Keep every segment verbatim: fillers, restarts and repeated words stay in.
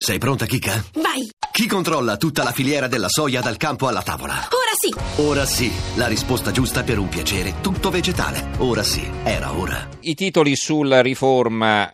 Sei pronta, Kika? Vai! Chi controlla tutta la filiera della soia dal campo alla tavola? Ora sì! Ora sì, la risposta giusta per un piacere tutto vegetale. Ora sì, era ora. I titoli sulla riforma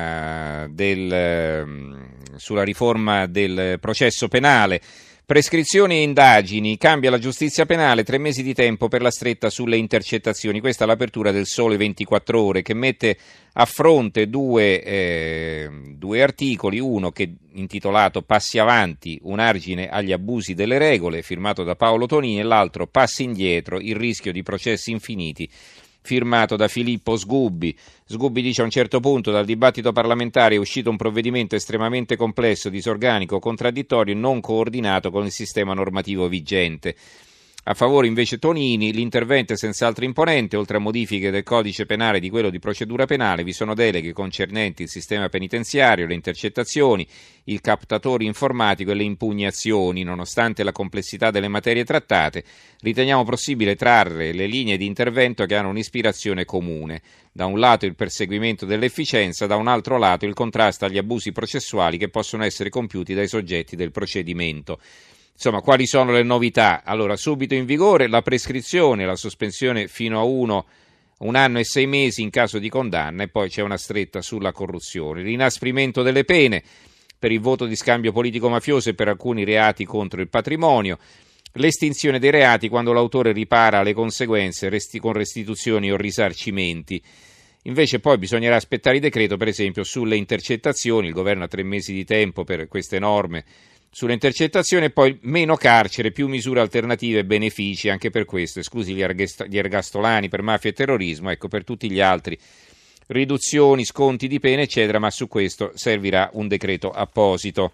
eh, del eh, sulla riforma del processo penale. Prescrizioni e indagini, cambia la giustizia penale, tre mesi di tempo per la stretta sulle intercettazioni. Questa è l'apertura del Sole ventiquattro Ore, che mette a fronte due, eh, due articoli, uno che intitolato Passi avanti, un argine agli abusi delle regole, firmato da Paolo Tonini, e l'altro Passi indietro, il rischio di processi infiniti, firmato da Filippo Sgubbi. Sgubbi dice: a un certo punto dal dibattito parlamentare è uscito un provvedimento estremamente complesso, disorganico, contraddittorio e non coordinato con il sistema normativo vigente. A favore invece Tonini, l'intervento è senz'altro imponente, oltre a modifiche del codice penale e di quello di procedura penale, vi sono deleghe concernenti il sistema penitenziario, le intercettazioni, il captatore informatico e le impugnazioni. Nonostante la complessità delle materie trattate, riteniamo possibile trarre le linee di intervento che hanno un'ispirazione comune. Da un lato il perseguimento dell'efficienza, da un altro lato il contrasto agli abusi processuali che possono essere compiuti dai soggetti del procedimento. Insomma, quali sono le novità? Allora, subito in vigore la prescrizione, la sospensione fino a uno, un anno e sei mesi in caso di condanna, e poi c'è una stretta sulla corruzione. L'inasprimento delle pene per il voto di scambio politico-mafioso e per alcuni reati contro il patrimonio, l'estinzione dei reati quando l'autore ripara le conseguenze resti- con restituzioni o risarcimenti. Invece poi bisognerà aspettare il decreto, per esempio, sulle intercettazioni. Il governo ha tre mesi di tempo per queste norme sulle intercettazioni, e poi meno carcere, più misure alternative e benefici. Anche per questo, esclusi gli, ergest- gli ergastolani per mafia e terrorismo, ecco, per tutti gli altri riduzioni, sconti di pene, eccetera, ma su questo servirà un decreto apposito.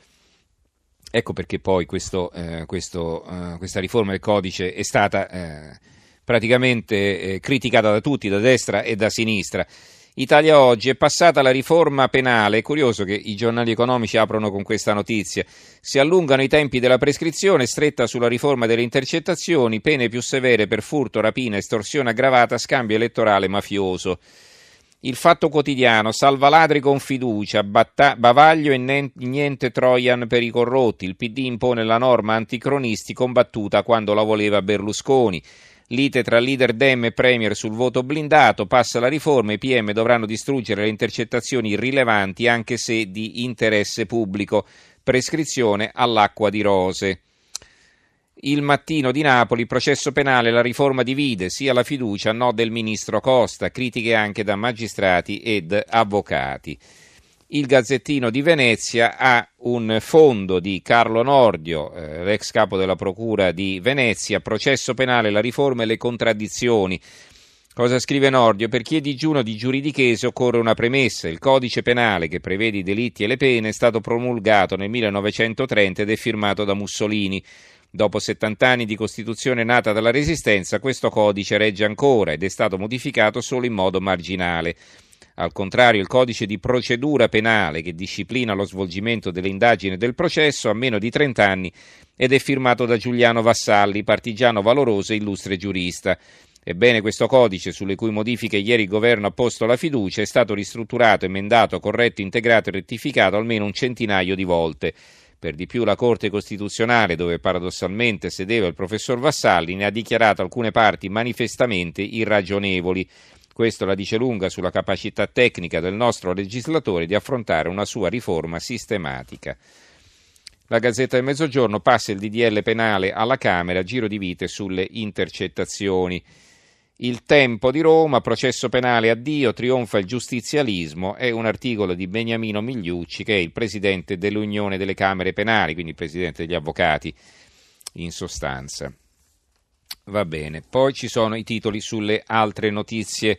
Ecco perché poi questo, eh, questo, eh, questa riforma del codice è stata eh, praticamente eh, criticata da tutti, da destra e da sinistra. Italia Oggi: è passata la riforma penale. È curioso che i giornali economici aprono con questa notizia. Si allungano i tempi della prescrizione, stretta sulla riforma delle intercettazioni, pene più severe per furto, rapina, estorsione aggravata, scambio elettorale mafioso. Il Fatto Quotidiano: salva ladri con fiducia, batta- bavaglio e niente Trojan per i corrotti. Il P D impone la norma anticronisti combattuta quando la voleva Berlusconi. Lite tra leader Dem e Premier sul voto blindato, passa la riforma, i P M dovranno distruggere le intercettazioni irrilevanti anche se di interesse pubblico, prescrizione all'acqua di rose. Il Mattino di Napoli: processo penale, la riforma divide, sia la fiducia, no del ministro Costa, critiche anche da magistrati ed avvocati. Il Gazzettino di Venezia ha un fondo di Carlo Nordio, eh, l'ex capo della Procura di Venezia: processo penale, la riforma e le contraddizioni. Cosa scrive Nordio? Per chi è digiuno di giuridichese occorre una premessa. Il codice penale, che prevede i delitti e le pene, è stato promulgato nel millenovecentotrenta ed è firmato da Mussolini. Dopo settanta anni di Costituzione nata dalla Resistenza, questo codice regge ancora ed è stato modificato solo in modo marginale. Al contrario, il codice di procedura penale, che disciplina lo svolgimento delle indagini e del processo, ha meno di trenta anni ed è firmato da Giuliano Vassalli, partigiano valoroso e illustre giurista. Ebbene, questo codice, sulle cui modifiche ieri il governo ha posto la fiducia, è stato ristrutturato, emendato, corretto, integrato e rettificato almeno un centinaio di volte. Per di più la Corte Costituzionale, dove paradossalmente sedeva il professor Vassalli, ne ha dichiarato alcune parti manifestamente irragionevoli. Questo la dice lunga sulla capacità tecnica del nostro legislatore di affrontare una sua riforma sistematica. La Gazzetta del Mezzogiorno: passa il D D L penale alla Camera, giro di vite sulle intercettazioni. Il Tempo di Roma: processo penale addio, trionfa il giustizialismo. È un articolo di Beniamino Migliucci, che è il presidente dell'Unione delle Camere Penali, quindi il presidente degli avvocati in sostanza. Va bene, poi ci sono i titoli sulle altre notizie.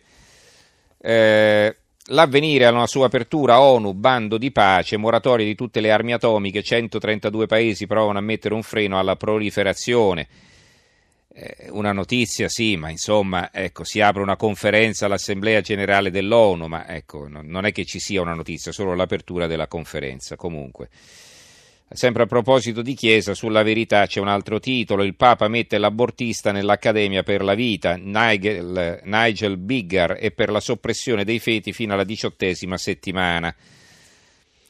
Eh, L'Avvenire alla sua apertura: ONU, bando di pace, moratoria di tutte le armi atomiche, centotrentadue paesi provano a mettere un freno alla proliferazione. Eh, una notizia sì, ma insomma, ecco, si apre una conferenza all'Assemblea Generale dell'ONU, ma ecco, non, non è che ci sia una notizia, solo l'apertura della conferenza. Comunque, sempre a proposito di Chiesa, sulla Verità c'è un altro titolo: il Papa mette l'abortista nell'Accademia per la Vita, Nigel, Nigel Biggar è per la soppressione dei feti fino alla diciottesima settimana.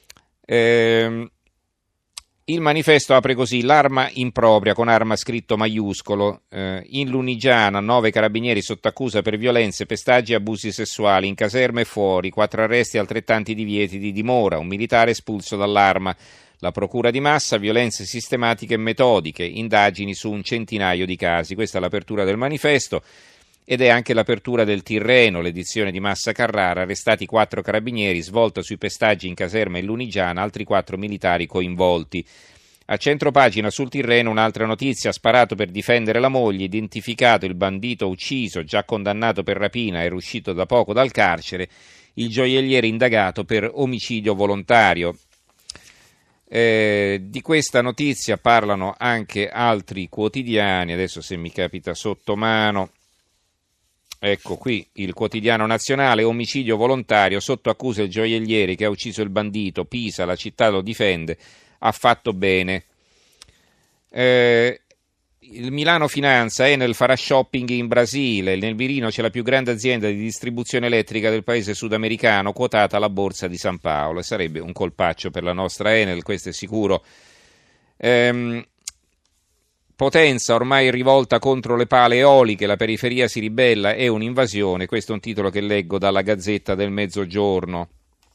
Ehm, il manifesto apre così: l'arma impropria, con arma scritto maiuscolo. Eh, in Lunigiana nove carabinieri sotto accusa per violenze, pestaggi e abusi sessuali, in caserme e fuori, quattro arresti e altrettanti divieti di dimora, un militare espulso dall'arma. La procura di Massa, violenze sistematiche e metodiche, indagini su un centinaio di casi. Questa è l'apertura del manifesto ed è anche l'apertura del Tirreno, l'edizione di Massa Carrara, arrestati quattro carabinieri, svolta sui pestaggi in caserma e Lunigiana, altri quattro militari coinvolti. A centropagina sul Tirreno un'altra notizia: sparato per difendere la moglie, identificato il bandito ucciso, già condannato per rapina, era uscito da poco dal carcere, il gioielliere indagato per omicidio volontario. Eh, di questa notizia parlano anche altri quotidiani, adesso se mi capita sotto mano, ecco qui il Quotidiano Nazionale: omicidio volontario, sotto accusa il gioielliere che ha ucciso il bandito, Pisa, la città lo difende, ha fatto bene. Eh, il Milano Finanza: Enel farà shopping in Brasile, nel mirino c'è la più grande azienda di distribuzione elettrica del paese sudamericano, quotata alla Borsa di San Paolo, e sarebbe un colpaccio per la nostra Enel, questo è sicuro. Ehm, Potenza ormai rivolta contro le pale eoliche, la periferia si ribella, è un'invasione, questo è un titolo che leggo dalla Gazzetta del Mezzogiorno.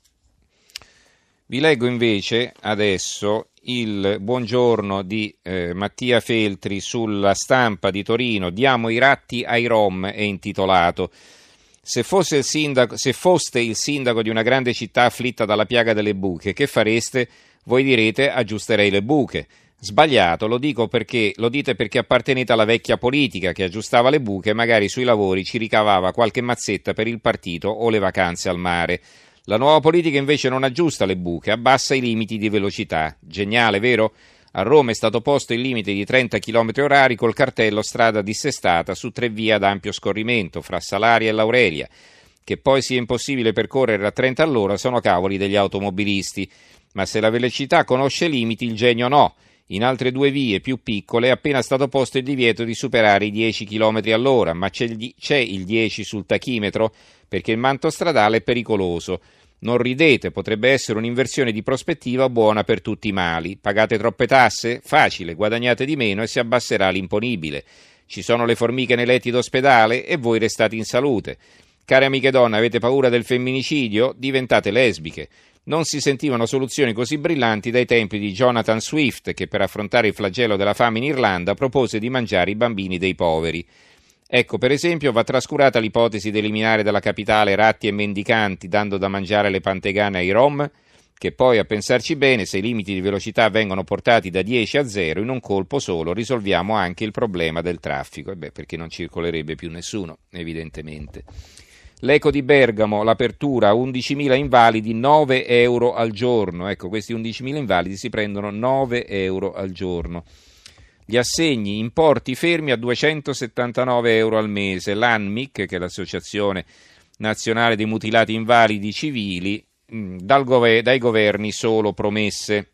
Vi leggo invece adesso il buongiorno di eh, Mattia Feltri sulla Stampa di Torino: diamo i ratti ai Rom, è intitolato. Se fosse il sindaco, se foste il sindaco di una grande città afflitta dalla piaga delle buche, che fareste? Voi direte: aggiusterei le buche. Sbagliato, lo dico perché lo dite perché appartenete alla vecchia politica che aggiustava le buche e magari sui lavori ci ricavava qualche mazzetta per il partito o le vacanze al mare. La nuova politica invece non aggiusta le buche, abbassa i limiti di velocità. Geniale, vero? A Roma è stato posto il limite di trenta chilometri orari col cartello strada dissestata su tre vie ad ampio scorrimento fra Salaria e L'Aurelia. Che poi sia impossibile percorrere a trenta all'ora sono cavoli degli automobilisti. Ma se la velocità conosce limiti, il genio no. In altre due vie più piccole è appena stato posto il divieto di superare i dieci chilometri all'ora, ma c'è il, c'è il dieci sul tachimetro perché il manto stradale è pericoloso. Non ridete, potrebbe essere un'inversione di prospettiva buona per tutti i mali. Pagate troppe tasse? Facile, guadagnate di meno e si abbasserà l'imponibile. Ci sono le formiche nei letti d'ospedale e voi restate in salute. Care amiche donne, avete paura del femminicidio? Diventate lesbiche. Non si sentivano soluzioni così brillanti dai tempi di Jonathan Swift, che per affrontare il flagello della fame in Irlanda propose di mangiare i bambini dei poveri. Ecco, per esempio, va trascurata l'ipotesi di eliminare dalla capitale ratti e mendicanti dando da mangiare le pantegane ai rom, che poi, a pensarci bene, se i limiti di velocità vengono portati da dieci a zero, in un colpo solo risolviamo anche il problema del traffico. E beh, perché non circolerebbe più nessuno, evidentemente. L'Eco di Bergamo, l'apertura, undicimila invalidi, nove euro al giorno. Ecco, questi undicimila invalidi si prendono nove euro al giorno. Gli assegni, importi fermi a duecentosettantanove euro al mese. L'ANMIC, che è l'Associazione Nazionale dei Mutilati Invalidi Civili, dal gove- dai governi solo promesse.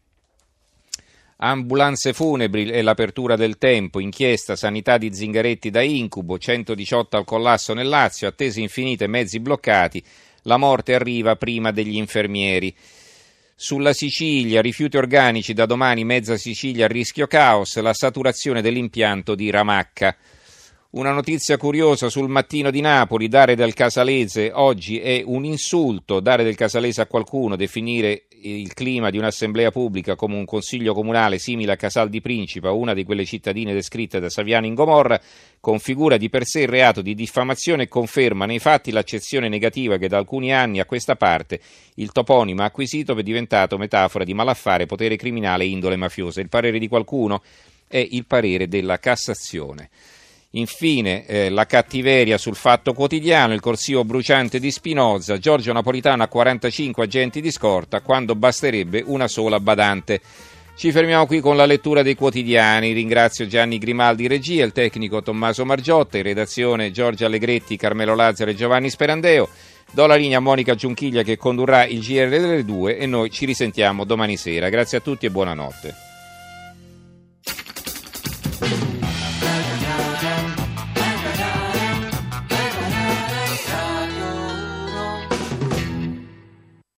Ambulanze funebri e l'apertura del Tempo, inchiesta sanità di Zingaretti da incubo, centodiciotto al collasso nel Lazio, attese infinite, mezzi bloccati, la morte arriva prima degli infermieri. Sulla Sicilia, rifiuti organici, da domani mezza Sicilia a rischio caos, la saturazione dell'impianto di Ramacca. Una notizia curiosa sul Mattino di Napoli: dare del Casalese oggi è un insulto, dare del Casalese a qualcuno, definire il clima di un'assemblea pubblica come un consiglio comunale simile a Casal di Principa, una di quelle cittadine descritte da Saviano in Gomorra, configura di per sé il reato di diffamazione e conferma nei fatti l'accezione negativa che da alcuni anni a questa parte il toponimo ha acquisito, è diventato metafora di malaffare, potere criminale e indole mafiosa. Il parere di qualcuno è il parere della Cassazione. Infine, eh, la cattiveria sul Fatto Quotidiano, il corsivo bruciante di Spinoza, Giorgio Napolitano a quarantacinque agenti di scorta quando basterebbe una sola badante. Ci fermiamo qui con la lettura dei quotidiani. Ringrazio Gianni Grimaldi, regia, il tecnico Tommaso Margiotta, in redazione Giorgia Allegretti, Carmelo Lazzaro e Giovanni Sperandeo. Do la linea a Monica Giunchiglia che condurrà il G R delle due e noi ci risentiamo domani sera. Grazie a tutti e buonanotte.